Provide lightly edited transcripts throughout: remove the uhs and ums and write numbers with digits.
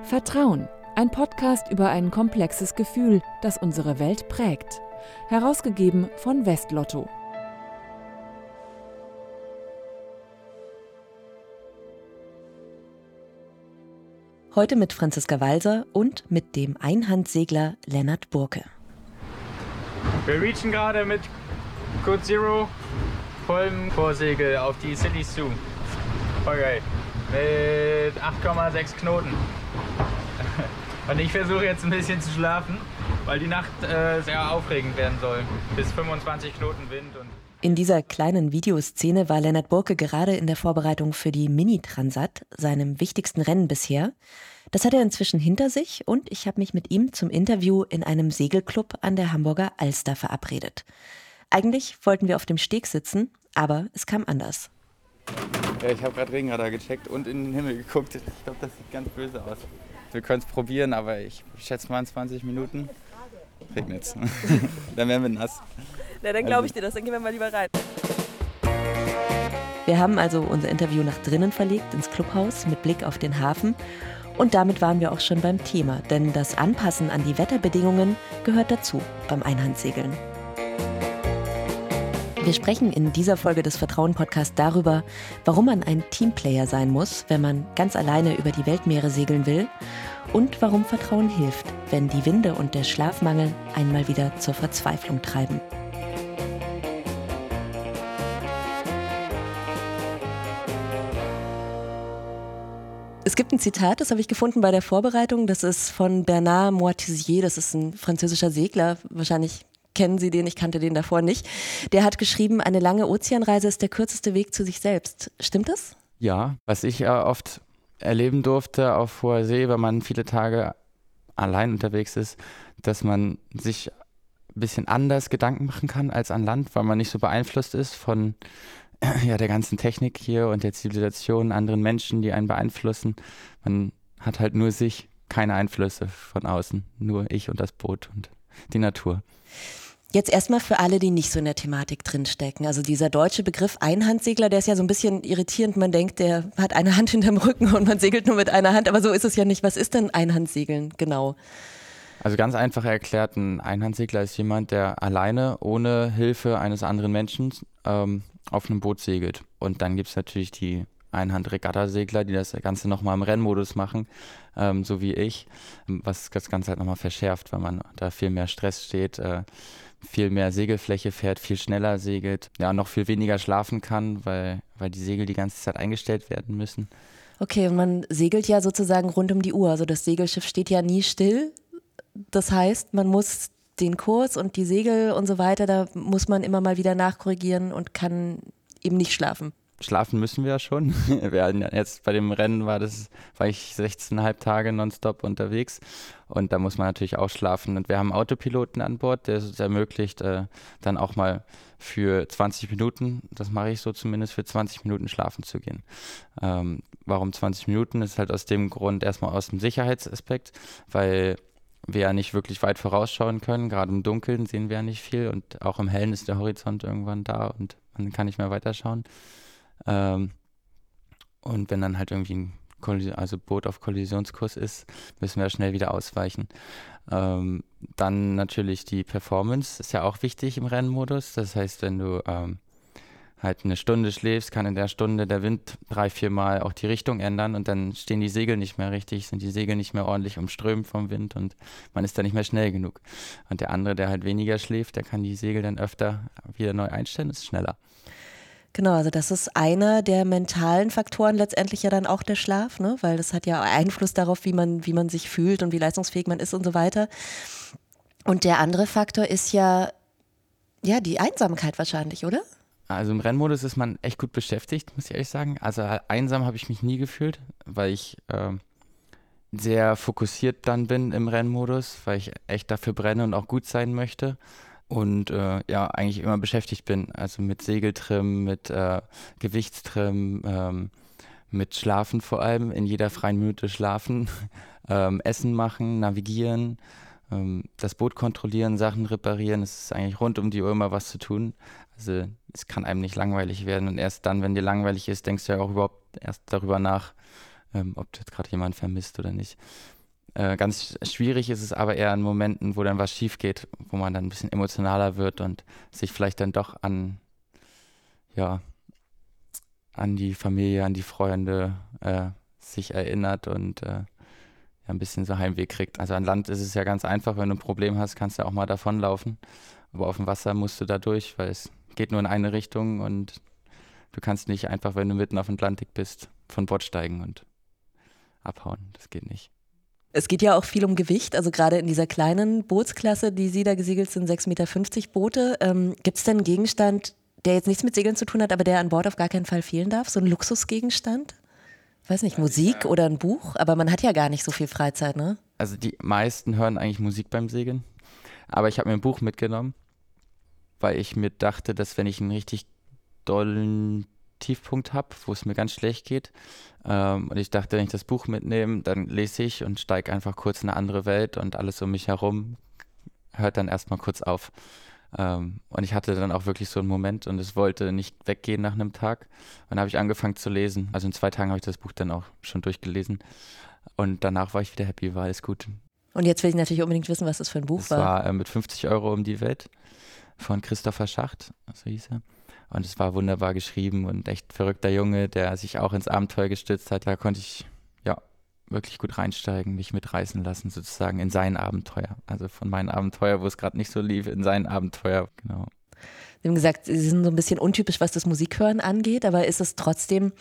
Vertrauen, ein Podcast über ein komplexes Gefühl, das unsere Welt prägt. Herausgegeben von Westlotto. Heute mit Franziska Walser und mit dem Einhandsegler Lennart Burke. Wir reachen gerade mit Code Zero vollem Vorsegel auf die Cities zu. Voll geil. Mit 8,6 Knoten. Und ich versuche jetzt ein bisschen zu schlafen, weil die Nacht sehr aufregend werden soll. Bis 25 Knoten Wind. In dieser kleinen Videoszene war Lennart Burke gerade in der Vorbereitung für die Mini-Transat, seinem wichtigsten Rennen bisher. Das hat er inzwischen hinter sich und ich habe mich mit ihm zum Interview in einem Segelclub an der Hamburger Alster verabredet. Eigentlich wollten wir auf dem Steg sitzen, aber es kam anders. Ja, ich habe gerade Regenradar gecheckt und in den Himmel geguckt. Ich glaube, das sieht ganz böse aus. Wir können es probieren, aber ich schätze mal in 20 Minuten regnet's. Dann werden wir nass. Na, dann glaube ich dir das, dann gehen wir mal lieber rein. Wir haben also unser Interview nach drinnen verlegt, ins Clubhaus mit Blick auf den Hafen. Und damit waren wir auch schon beim Thema, denn das Anpassen an die Wetterbedingungen gehört dazu beim Einhandsegeln. Wir sprechen in dieser Folge des Vertrauen-Podcasts darüber, warum man ein Teamplayer sein muss, wenn man ganz alleine über die Weltmeere segeln will und warum Vertrauen hilft, wenn die Winde und der Schlafmangel einmal wieder zur Verzweiflung treiben. Es gibt ein Zitat, das habe ich gefunden bei der Vorbereitung, das ist von Bernard Moitessier, das ist ein französischer Segler, wahrscheinlich kennen Sie den, ich kannte den davor nicht. Der hat geschrieben, eine lange Ozeanreise ist der kürzeste Weg zu sich selbst. Stimmt das? Ja, was ich oft erleben durfte auf hoher See, wenn man viele Tage allein unterwegs ist, dass man sich ein bisschen anders Gedanken machen kann als an Land, weil man nicht so beeinflusst ist von der ganzen Technik hier und der Zivilisation, anderen Menschen, die einen beeinflussen. Man hat halt nur sich, keine Einflüsse von außen, nur ich und das Boot und die Natur. Jetzt erstmal für alle, die nicht so in der Thematik drinstecken. Also dieser deutsche Begriff Einhandsegler, der ist ja so ein bisschen irritierend. Man denkt, der hat eine Hand hinterm Rücken und man segelt nur mit einer Hand. Aber so ist es ja nicht. Was ist denn Einhandsegeln genau? Also ganz einfach erklärt, ein Einhandsegler ist jemand, der alleine, ohne Hilfe eines anderen Menschen auf einem Boot segelt. Und dann gibt es natürlich die Einhand-Regatta-Segler, die das Ganze nochmal im Rennmodus machen, so wie ich, was das Ganze halt nochmal verschärft, weil man da viel mehr Stress steht, viel mehr Segelfläche fährt, viel schneller segelt, ja, noch viel weniger schlafen kann, weil die Segel die ganze Zeit eingestellt werden müssen. Okay, und man segelt ja sozusagen rund um die Uhr, also das Segelschiff steht ja nie still. Das heißt, man muss den Kurs und die Segel und so weiter, da muss man immer mal wieder nachkorrigieren und kann eben nicht schlafen. Schlafen müssen wir ja schon. Wir hatten ja jetzt bei dem Rennen war ich 16,5 Tage nonstop unterwegs und da muss man natürlich auch schlafen. Und wir haben einen Autopiloten an Bord, der es ermöglicht, dann auch mal für 20 Minuten, das mache ich so zumindest, für 20 Minuten schlafen zu gehen. Warum 20 Minuten? Das ist halt aus dem Grund erstmal aus dem Sicherheitsaspekt, weil wir ja nicht wirklich weit vorausschauen können. Gerade im Dunkeln sehen wir ja nicht viel und auch im Hellen ist der Horizont irgendwann da und man kann nicht mehr weiterschauen. Und wenn dann halt irgendwie ein Boot auf Kollisionskurs ist, müssen wir schnell wieder ausweichen. Dann natürlich die Performance ist ja auch wichtig im Rennmodus. Das heißt, wenn du halt eine Stunde schläfst, kann in der Stunde der Wind 3-4 Mal auch die Richtung ändern und dann stehen die Segel nicht mehr richtig, sind die Segel nicht mehr ordentlich umströmt vom Wind und man ist da nicht mehr schnell genug. Und der andere, der halt weniger schläft, der kann die Segel dann öfter wieder neu einstellen, ist schneller. Genau, also das ist einer der mentalen Faktoren, letztendlich ja dann auch der Schlaf, ne? Weil das hat ja Einfluss darauf, wie man sich fühlt und wie leistungsfähig man ist und so weiter. Und der andere Faktor ist ja die Einsamkeit wahrscheinlich, oder? Also im Rennmodus ist man echt gut beschäftigt, muss ich ehrlich sagen. Also einsam habe ich mich nie gefühlt, weil ich sehr fokussiert dann bin im Rennmodus, weil ich echt dafür brenne und auch gut sein möchte. Und eigentlich immer beschäftigt bin, also mit Segeltrim, mit Gewichtstrim, mit Schlafen vor allem, in jeder freien Minute schlafen, Essen machen, navigieren, das Boot kontrollieren, Sachen reparieren. Es ist eigentlich rund um die Uhr immer was zu tun. Also es kann einem nicht langweilig werden und erst dann, wenn dir langweilig ist, denkst du ja auch überhaupt erst darüber nach, ob du jetzt gerade jemanden vermisst oder nicht. Ganz schwierig ist es aber eher in Momenten, wo dann was schief geht, wo man dann ein bisschen emotionaler wird und sich vielleicht dann doch an die Familie, an die Freunde sich erinnert und ein bisschen so Heimweh kriegt. Also an Land ist es ja ganz einfach, wenn du ein Problem hast, kannst du auch mal davonlaufen. Aber auf dem Wasser musst du da durch, weil es geht nur in eine Richtung und du kannst nicht einfach, wenn du mitten auf dem Atlantik bist, von Bord steigen und abhauen. Das geht nicht. Es geht ja auch viel um Gewicht, also gerade in dieser kleinen Bootsklasse, die Sie da gesegelt sind, 6,50 Meter Boote. Gibt es denn einen Gegenstand, der jetzt nichts mit Segeln zu tun hat, aber der an Bord auf gar keinen Fall fehlen darf? So ein Luxusgegenstand? Ich weiß nicht, Musik oder ein Buch? Aber man hat ja gar nicht so viel Freizeit, ne? Also die meisten hören eigentlich Musik beim Segeln. Aber ich habe mir ein Buch mitgenommen, weil ich mir dachte, dass wenn ich einen richtig dollen Tiefpunkt habe, wo es mir ganz schlecht geht, und ich dachte, wenn ich das Buch mitnehme, dann lese ich und steige einfach kurz in eine andere Welt und alles um mich herum hört dann erstmal kurz auf. Und ich hatte dann auch wirklich so einen Moment und es wollte nicht weggehen nach einem Tag. Und dann habe ich angefangen zu lesen. Also in 2 Tagen habe ich das Buch dann auch schon durchgelesen. Und danach war ich wieder happy, war alles gut. Und jetzt will ich natürlich unbedingt wissen, was das für ein Buch war. Es war mit 50 € um die Welt von Christopher Schacht, so hieß er. Und es war wunderbar geschrieben und echt verrückter Junge, der sich auch ins Abenteuer gestürzt hat. Da konnte ich wirklich gut reinsteigen, mich mitreißen lassen, sozusagen in sein Abenteuer. Also von meinem Abenteuer, wo es gerade nicht so lief, in sein Abenteuer, genau. Sie haben gesagt, Sie sind so ein bisschen untypisch, was das Musikhören angeht, aber ist es trotzdem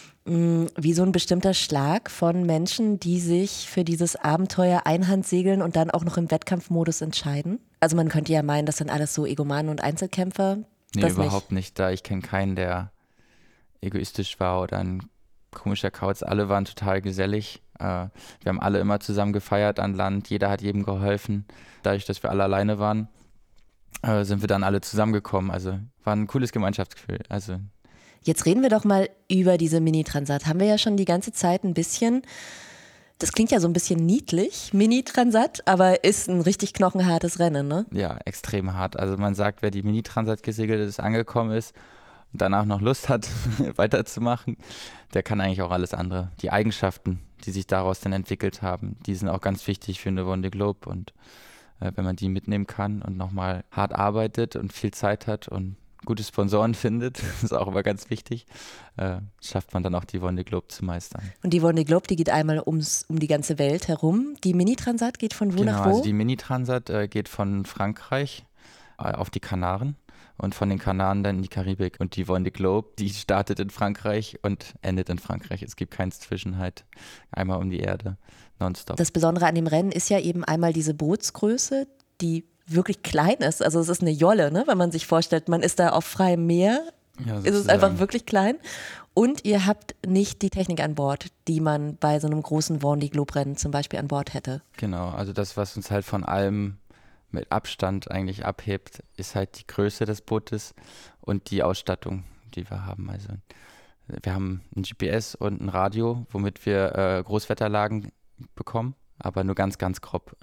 wie so ein bestimmter Schlag von Menschen, die sich für dieses Abenteuer Einhandsegeln und dann auch noch im Wettkampfmodus entscheiden? Also man könnte ja meinen, das sind alles so Egomanen und Einzelkämpfer. Nee, überhaupt nicht. Da ich kenne keinen, der egoistisch war oder ein komischer Kauz. Alle waren total gesellig. Wir haben alle immer zusammen gefeiert an Land. Jeder hat jedem geholfen. Dadurch, dass wir alle alleine waren, sind wir dann alle zusammengekommen. Also war ein cooles Gemeinschaftsgefühl. Also jetzt reden wir doch mal über diese Mini-Transat. Haben wir ja schon die ganze Zeit ein bisschen, das klingt ja so ein bisschen niedlich, Mini-Transat, aber ist ein richtig knochenhartes Rennen, ne? Ja, extrem hart. Also man sagt, wer die Mini-Transat gesegelt ist, angekommen ist und danach noch Lust hat, weiterzumachen, der kann eigentlich auch alles andere. Die Eigenschaften, die sich daraus dann entwickelt haben, die sind auch ganz wichtig für eine Vendée Globe und wenn man die mitnehmen kann und nochmal hart arbeitet und viel Zeit hat und gute Sponsoren findet, ist auch immer ganz wichtig, schafft man dann auch die Vendée Globe zu meistern. Und die Vendée Globe, die geht einmal um die ganze Welt herum. Die Mini-Transat geht von wo nach wo? Also die Mini-Transat geht von Frankreich auf die Kanaren und von den Kanaren dann in die Karibik. Und die Vendée Globe, die startet in Frankreich und endet in Frankreich. Es gibt keinen Zwischenhalt, einmal um die Erde, nonstop. Das Besondere an dem Rennen ist ja eben einmal diese Bootsgröße, die wirklich klein ist. Also es ist eine Jolle, ne? Wenn man sich vorstellt, man ist da auf freiem Meer, ist es einfach wirklich klein. Und ihr habt nicht die Technik an Bord, die man bei so einem großen Vendée Globe-Rennen zum Beispiel an Bord hätte. Genau, also das, was uns halt von allem mit Abstand eigentlich abhebt, ist halt die Größe des Bootes und die Ausstattung, die wir haben. Also wir haben ein GPS und ein Radio, womit wir Großwetterlagen bekommen, aber nur ganz, ganz grob.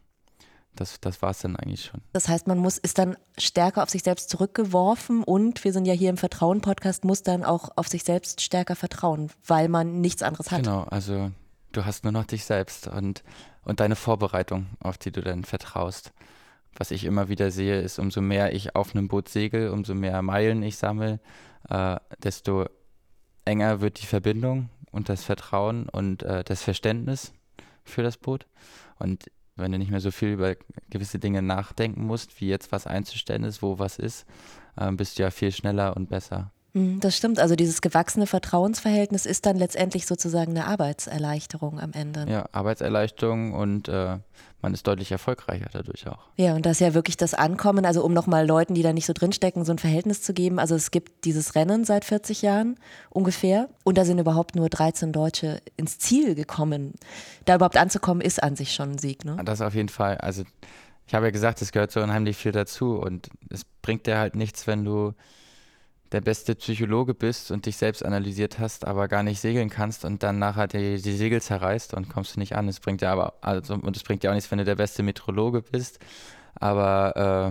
Das war es dann eigentlich schon. Das heißt, man ist dann stärker auf sich selbst zurückgeworfen und wir sind ja hier im Vertrauen-Podcast, muss dann auch auf sich selbst stärker vertrauen, weil man nichts anderes hat. Genau, also du hast nur noch dich selbst und deine Vorbereitung, auf die du dann vertraust. Was ich immer wieder sehe, ist, umso mehr ich auf einem Boot segel, umso mehr Meilen ich sammle, desto enger wird die Verbindung und das Vertrauen und das Verständnis für das Boot. Und wenn du nicht mehr so viel über gewisse Dinge nachdenken musst, wie jetzt was einzustellen ist, wo was ist, bist du ja viel schneller und besser. Das stimmt, also dieses gewachsene Vertrauensverhältnis ist dann letztendlich sozusagen eine Arbeitserleichterung am Ende. Ja, Arbeitserleichterung und man ist deutlich erfolgreicher dadurch auch. Ja, und das ist ja wirklich das Ankommen, also um nochmal Leuten, die da nicht so drinstecken, so ein Verhältnis zu geben. Also es gibt dieses Rennen seit 40 Jahren ungefähr und da sind überhaupt nur 13 Deutsche ins Ziel gekommen. Da überhaupt anzukommen, ist an sich schon ein Sieg, ne? Das auf jeden Fall. Also ich habe ja gesagt, es gehört so unheimlich viel dazu und es bringt dir halt nichts, wenn du der beste Psychologe bist und dich selbst analysiert hast, aber gar nicht segeln kannst und dann nachher die Segel zerreißt und kommst du nicht an. Es bringt dir und es bringt dir auch nichts, wenn du der beste Meteorologe bist, aber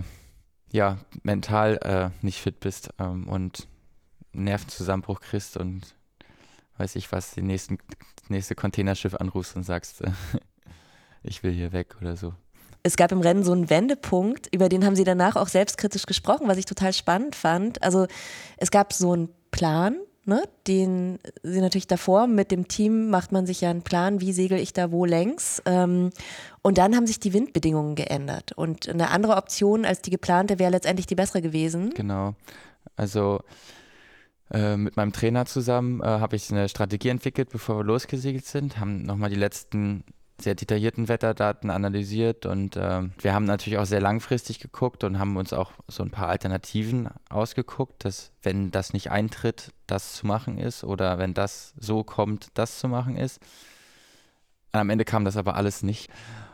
mental nicht fit bist und einen Nervenzusammenbruch kriegst und weiß ich was, nächste Containerschiff anrufst und sagst, ich will hier weg oder so. Es gab im Rennen so einen Wendepunkt, über den haben sie danach auch selbstkritisch gesprochen, was ich total spannend fand. Also es gab so einen Plan, ne, den sie natürlich davor mit dem Team macht man sich ja einen Plan, wie segel ich da wo längs. Und dann haben sich die Windbedingungen geändert. Und eine andere Option als die geplante wäre letztendlich die bessere gewesen. Genau. Also mit meinem Trainer zusammen habe ich eine Strategie entwickelt, bevor wir losgesegelt sind, haben nochmal die letzten sehr detaillierten Wetterdaten analysiert und wir haben natürlich auch sehr langfristig geguckt und haben uns auch so ein paar Alternativen ausgeguckt, dass wenn das nicht eintritt, das zu machen ist oder wenn das so kommt, das zu machen ist. Am Ende kam das aber alles nicht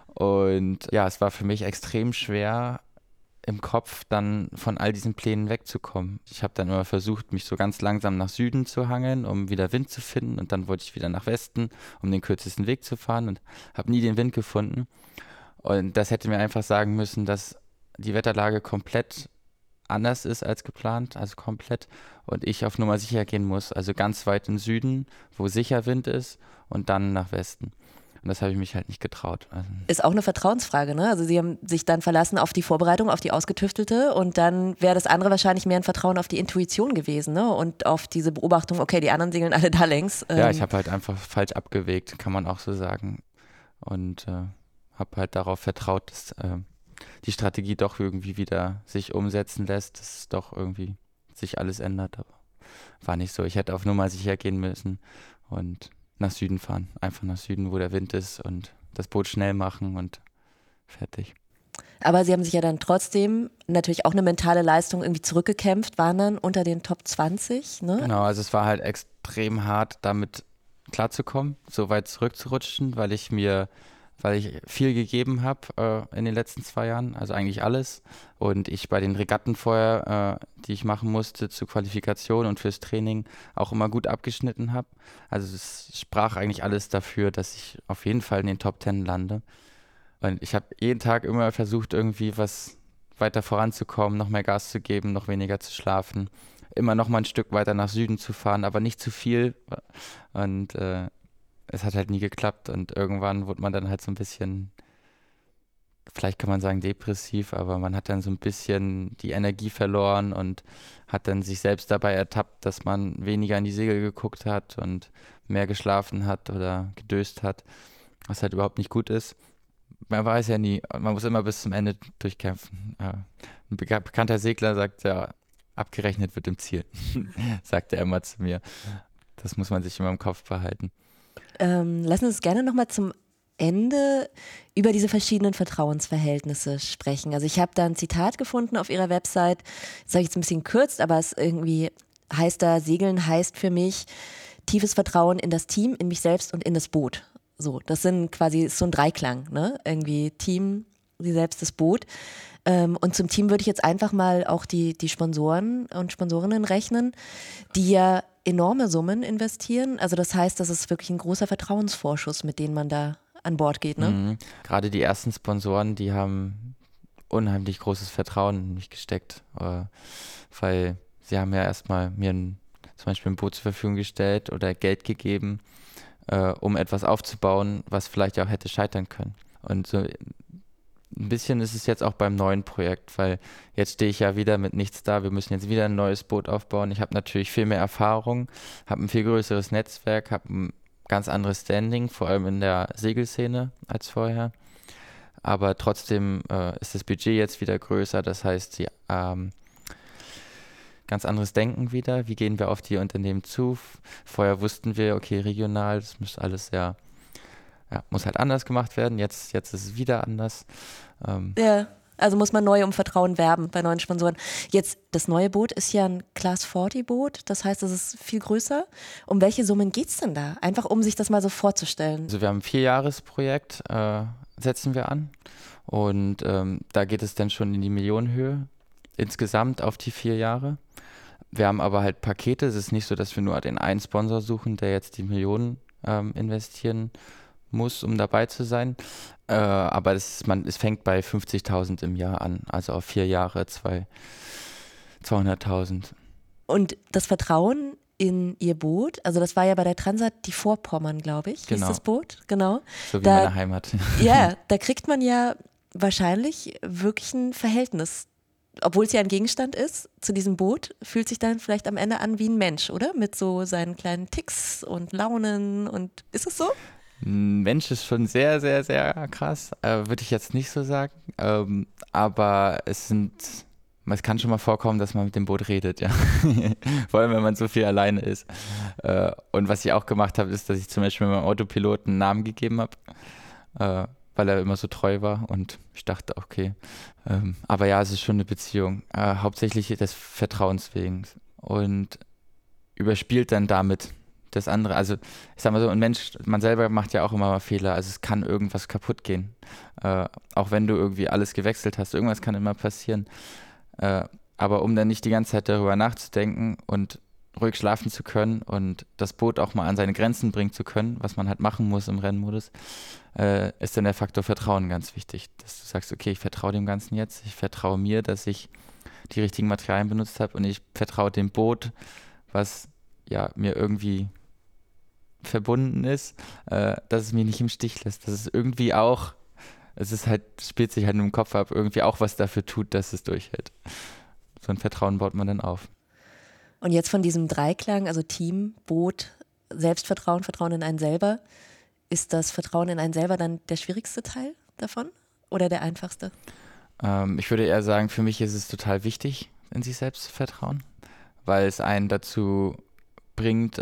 und ja, es war für mich extrem schwer im Kopf dann von all diesen Plänen wegzukommen. Ich habe dann immer versucht, mich so ganz langsam nach Süden zu hangeln, um wieder Wind zu finden und dann wollte ich wieder nach Westen, um den kürzesten Weg zu fahren und habe nie den Wind gefunden. Und das hätte mir einfach sagen müssen, dass die Wetterlage komplett anders ist als geplant, also komplett und ich auf Nummer sicher gehen muss, also ganz weit in Süden, wo sicher Wind ist und dann nach Westen. Und das habe ich mich halt nicht getraut. Ist auch eine Vertrauensfrage, ne? Also sie haben sich dann verlassen auf die Vorbereitung, auf die ausgetüftelte und dann wäre das andere wahrscheinlich mehr ein Vertrauen auf die Intuition gewesen, ne? Und auf diese Beobachtung, okay, die anderen segeln alle da längs. Ja, ich habe halt einfach falsch abgewegt, kann man auch so sagen. Und habe halt darauf vertraut, dass die Strategie doch irgendwie wieder sich umsetzen lässt, dass doch irgendwie sich alles ändert. Aber war nicht so. Ich hätte auf Nummer sicher gehen müssen und nach Süden fahren. Einfach nach Süden, wo der Wind ist und das Boot schnell machen und fertig. Aber sie haben sich ja dann trotzdem natürlich auch eine mentale Leistung irgendwie zurückgekämpft, waren dann unter den Top 20, ne? Genau, also es war halt extrem hart, damit klarzukommen, so weit zurückzurutschen, weil ich viel gegeben habe in den letzten 2 Jahren, also eigentlich alles. Und ich bei den Regatten vorher, die ich machen musste zur Qualifikation und fürs Training, auch immer gut abgeschnitten habe. Also es sprach eigentlich alles dafür, dass ich auf jeden Fall in den Top 10 lande. Und ich habe jeden Tag immer versucht, irgendwie was weiter voranzukommen, noch mehr Gas zu geben, noch weniger zu schlafen, immer noch mal ein Stück weiter nach Süden zu fahren, aber nicht zu viel. Und es hat halt nie geklappt und irgendwann wurde man dann halt so ein bisschen, vielleicht kann man sagen depressiv, aber man hat dann so ein bisschen die Energie verloren und hat dann sich selbst dabei ertappt, dass man weniger in die Segel geguckt hat und mehr geschlafen hat oder gedöst hat, was halt überhaupt nicht gut ist. Man weiß ja nie, man muss immer bis zum Ende durchkämpfen. Ein bekannter Segler sagt ja, abgerechnet wird im Ziel, sagt er immer zu mir. Das muss man sich immer im Kopf behalten. Lassen Sie uns gerne nochmal zum Ende über diese verschiedenen Vertrauensverhältnisse sprechen. Also ich habe da ein Zitat gefunden auf Ihrer Website, das habe ich jetzt ein bisschen gekürzt, aber es irgendwie heißt da, Segeln heißt für mich tiefes Vertrauen in das Team, in mich selbst und in das Boot. So, das sind quasi so ein Dreiklang, ne? Irgendwie Team, Sie selbst, das Boot. Und zum Team würde ich jetzt einfach mal auch die Sponsoren und Sponsorinnen rechnen, die ja enorme Summen investieren. Also das heißt, das ist wirklich ein großer Vertrauensvorschuss, mit dem man da an Bord geht, ne? Mhm. Gerade die ersten Sponsoren, die haben unheimlich großes Vertrauen in mich gesteckt, weil sie haben ja erstmal mir zum Beispiel ein Boot zur Verfügung gestellt oder Geld gegeben, um etwas aufzubauen, was vielleicht auch hätte scheitern können. Und so ein bisschen ist es jetzt auch beim neuen Projekt, weil jetzt stehe ich ja wieder mit nichts da. Wir müssen jetzt wieder ein neues Boot aufbauen. Ich habe natürlich viel mehr Erfahrung, habe ein viel größeres Netzwerk, habe ein ganz anderes Standing, vor allem in der Segelszene als vorher. Aber trotzdem ist das Budget jetzt wieder größer. Das heißt, ganz anderes Denken wieder. Wie gehen wir auf die Unternehmen zu? Vorher wussten wir, okay, regional, das muss alles muss halt anders gemacht werden. Jetzt ist es wieder anders. Ja, also muss man neu um Vertrauen werben bei neuen Sponsoren. Jetzt, das neue Boot ist ja ein Class 40 Boot, das heißt, es ist viel größer. Um welche Summen geht es denn da? Einfach um sich das mal so vorzustellen. Also wir haben ein 4-Jahres-Projekt, setzen wir an. Und da geht es dann schon in die Millionenhöhe insgesamt auf die 4 Jahre. Wir haben aber halt Pakete. Es ist nicht so, dass wir nur den einen Sponsor suchen, der jetzt die Millionen investieren muss, um dabei zu sein. Aber es fängt bei 50.000 im Jahr an. Also auf 4 Jahre 200.000. Und das Vertrauen in ihr Boot. Also das war ja bei der Transat die Vorpommern, glaube ich, hieß das Boot. Genau. So wie meine Heimat. Ja, da kriegt man ja wahrscheinlich wirklich ein Verhältnis, obwohl es ja ein Gegenstand ist, zu diesem Boot, fühlt sich dann vielleicht am Ende an wie ein Mensch, oder? Mit so seinen kleinen Ticks und Launen und ist es so? Mensch ist schon sehr, sehr, sehr krass. Würde ich jetzt nicht so sagen. Aber es kann schon mal vorkommen, dass man mit dem Boot redet, ja. Vor allem, wenn man so viel alleine ist. Und was ich auch gemacht habe, ist, dass ich zum Beispiel meinem Autopiloten einen Namen gegeben habe, weil er immer so treu war. Und ich dachte, okay. Aber ja, es ist schon eine Beziehung. Hauptsächlich des Vertrauens wegen. Und überspielt dann damit das andere. Also ich sag mal so, ein Mensch, man selber macht ja auch immer mal Fehler. Also es kann irgendwas kaputt gehen. Auch wenn du irgendwie alles gewechselt hast. Irgendwas kann immer passieren. Aber um dann nicht die ganze Zeit darüber nachzudenken und ruhig schlafen zu können und das Boot auch mal an seine Grenzen bringen zu können, was man halt machen muss im Rennmodus, ist dann der Faktor Vertrauen ganz wichtig. Dass du sagst, okay, ich vertraue dem Ganzen jetzt, ich vertraue mir, dass ich die richtigen Materialien benutzt habe und ich vertraue dem Boot, was ja mir irgendwie verbunden ist, dass es mich nicht im Stich lässt. Dass es irgendwie auch, spielt sich halt nur im Kopf ab, irgendwie auch was dafür tut, dass es durchhält. So ein Vertrauen baut man dann auf. Und jetzt von diesem Dreiklang, also Team, Boot, Selbstvertrauen, Vertrauen in einen selber, ist das Vertrauen in einen selber dann der schwierigste Teil davon oder der einfachste? Ich würde eher sagen, für mich ist es total wichtig, in sich selbst zu vertrauen, weil es einen dazu bringt,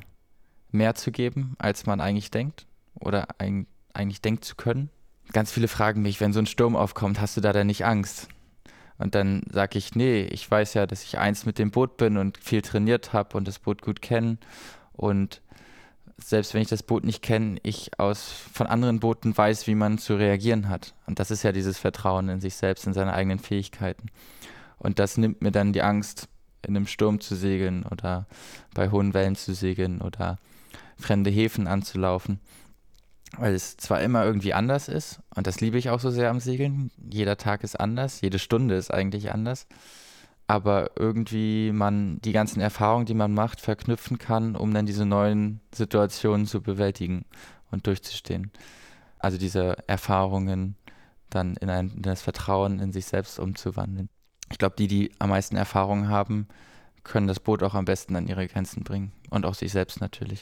mehr zu geben, als man eigentlich denkt oder eigentlich denkt zu können. Ganz viele fragen mich, wenn so ein Sturm aufkommt, hast du da denn nicht Angst? Und dann sage ich, nee, ich weiß ja, dass ich eins mit dem Boot bin und viel trainiert habe und das Boot gut kenne. Und selbst wenn ich das Boot nicht kenne, ich von anderen Booten weiß, wie man zu reagieren hat. Und das ist ja dieses Vertrauen in sich selbst, in seine eigenen Fähigkeiten. Und das nimmt mir dann die Angst, in einem Sturm zu segeln oder bei hohen Wellen zu segeln oder fremde Häfen anzulaufen. Weil es zwar immer irgendwie anders ist, und das liebe ich auch so sehr am Segeln, jeder Tag ist anders, jede Stunde ist eigentlich anders, aber irgendwie man die ganzen Erfahrungen, die man macht, verknüpfen kann, um dann diese neuen Situationen zu bewältigen und durchzustehen. Also diese Erfahrungen dann in das Vertrauen in sich selbst umzuwandeln. Ich glaube, die am meisten Erfahrungen haben, können das Boot auch am besten an ihre Grenzen bringen und auch sich selbst natürlich.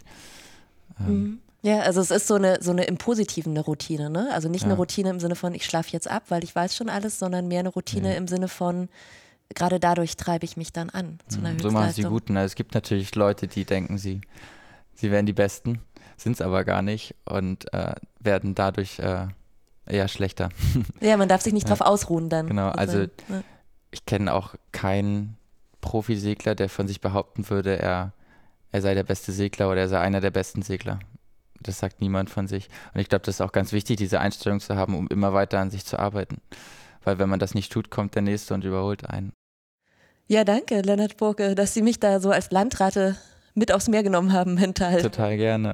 Ja, also es ist so eine im Positiven eine Routine, ne? Also nicht eine Routine im Sinne von, ich schlafe jetzt ab, weil ich weiß schon alles, sondern mehr eine Routine im Sinne von, gerade dadurch treibe ich mich dann an zu einer Höchstleistung. So machen es die Guten. Also es gibt natürlich Leute, die denken, sie wären die Besten, sind es aber gar nicht und werden dadurch eher schlechter. Ja, man darf sich nicht drauf ausruhen dann. Genau, also ich kenne auch keinen Profisegler, der von sich behaupten würde, er sei der beste Segler oder er sei einer der besten Segler. Das sagt niemand von sich. Und ich glaube, das ist auch ganz wichtig, diese Einstellung zu haben, um immer weiter an sich zu arbeiten. Weil wenn man das nicht tut, kommt der Nächste und überholt einen. Ja, danke, Lennart Burke, dass Sie mich da so als Landratte mit aufs Meer genommen haben mental. Total gerne.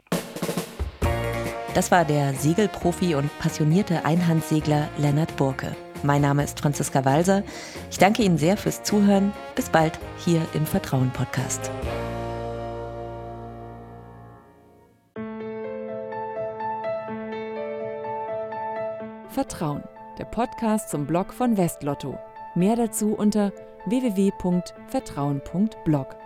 Das war der Segelprofi und passionierte Einhandsegler Lennart Burke. Mein Name ist Franziska Walser. Ich danke Ihnen sehr fürs Zuhören. Bis bald hier im Vertrauen-Podcast. Vertrauen, der Podcast zum Blog von Westlotto. Mehr dazu unter www.vertrauen.blog.